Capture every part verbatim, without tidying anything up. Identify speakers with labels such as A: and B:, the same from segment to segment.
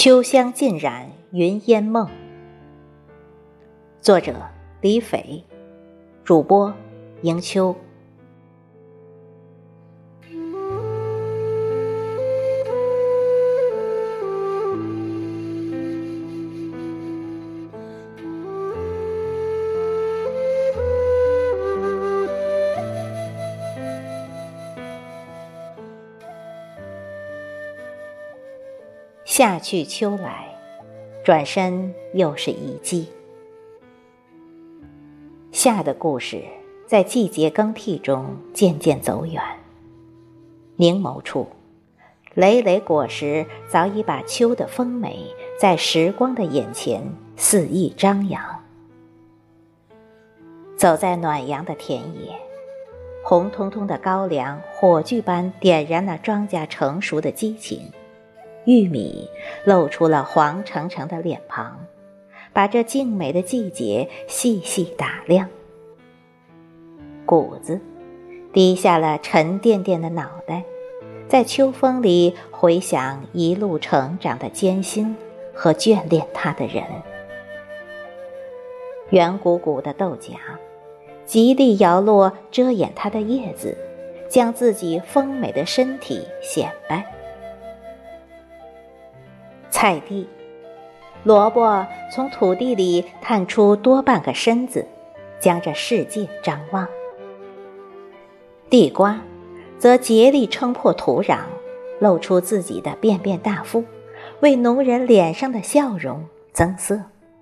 A: 秋香尽染云烟梦，作者李斐，主播迎秋。夏去秋来，转身又是一季。夏的故事在季节更替中渐渐走远，凝眸处，累累果实早已把秋的丰美在时光的眼前肆意张扬。走在暖阳的田野，红彤彤的高粱火炬般点燃了庄稼成熟的激情，玉米露出了黄澄澄的脸庞，把这静美的季节细细打量。谷子低下了沉甸甸的脑袋，在秋风里回想一路成长的艰辛和眷恋它的人。圆鼓鼓的豆荚极力摇落遮掩它的叶子，将自己丰美的身体显摆。菜地，萝卜从土地里探出多半个身子，将这世界张望。地瓜则竭力撑破土壤，露出自己的便便大腹，为农人脸上的笑容增色。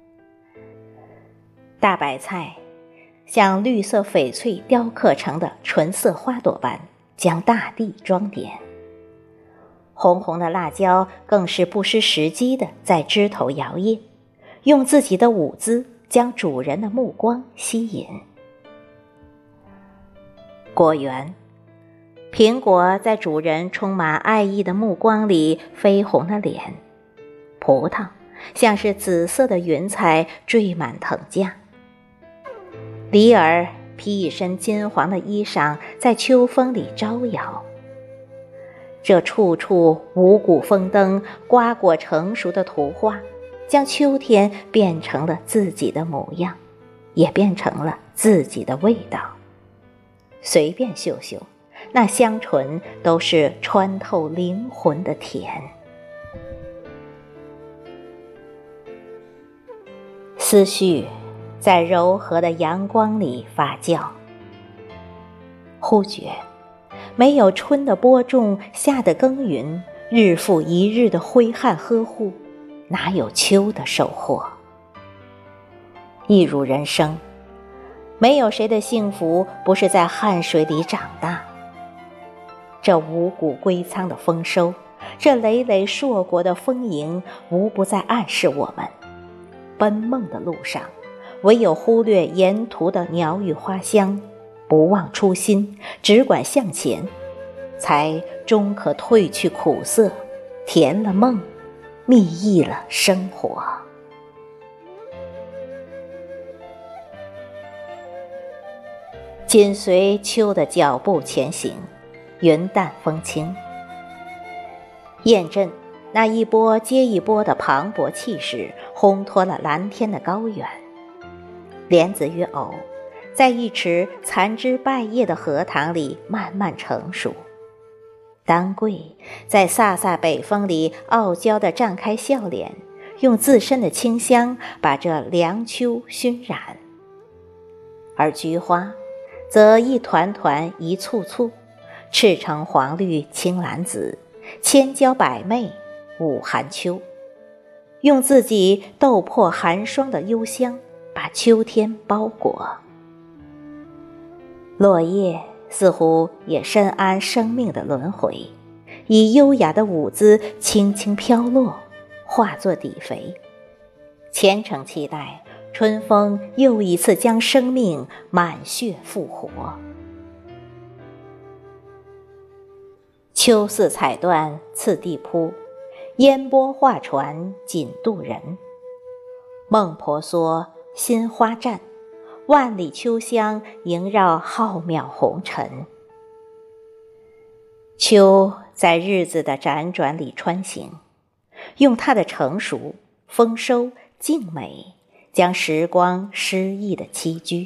A: 大白菜像绿色翡翠雕刻成的纯色花朵般，将大地装点。红红的辣椒更是不失时机地在枝头摇曳，用自己的舞姿将主人的目光吸引。果园，苹果在主人充满爱意的目光里绯红了脸，葡萄像是紫色的云彩缀满藤架，梨儿披一身金黄的衣裳在秋风里招摇。这处处五谷丰登、瓜果成熟的图画，将秋天变成了自己的模样，也变成了自己的味道。随便嗅嗅，那香醇都是穿透灵魂的甜。思绪在柔和的阳光里发酵，忽觉没有春的播种，夏的耕耘，日复一日的挥汗呵护，哪有秋的收获？一如人生，没有谁的幸福不是在汗水里长大。这五谷归仓的丰收，这累累硕果的丰盈，无不在暗示我们，奔梦的路上，唯有忽略沿途的鸟语花香，不忘初心，只管向前，才终可褪去苦涩，甜了梦，蜜意了生活。紧随秋的脚步前行，云淡风轻。雁阵那一波接一波的磅礴气势，烘托了蓝天的高远。莲子与藕在一池残枝败叶的荷塘里慢慢成熟，当归在飒飒北风里傲娇地绽开笑脸，用自身的清香把这凉秋熏染。而菊花则一团团一簇簇，赤橙黄绿青蓝紫，千娇百媚舞寒秋，用自己斗破寒霜的幽香把秋天包裹。落叶似乎也深谙生命的轮回，以优雅的舞姿轻轻飘落，化作底肥。虔诚期待春风又一次将生命满血复活。秋似彩缎次第铺，烟波画船锦渡人。孟婆娑心花绽，万里秋香萦绕浩渺红尘。秋在日子的辗转里穿行， 用它的成熟、丰收、静美，将时光诗意的栖居。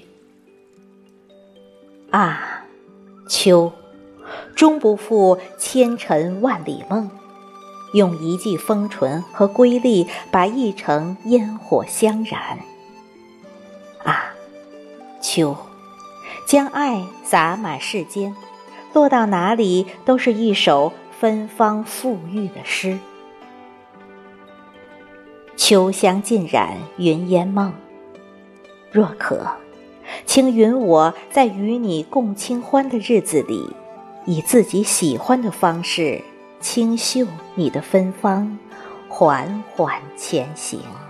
A: 啊，秋，终不负千尘万里梦，用一季风醇和瑰丽，把一城烟火相燃。啊，秋，将爱洒满世间，落到哪里都是一首芬芳馥郁的诗。秋香浸染云烟梦，若可，请允我在与你共清欢的日子里，以自己喜欢的方式清秀你的芬芳，缓缓前行。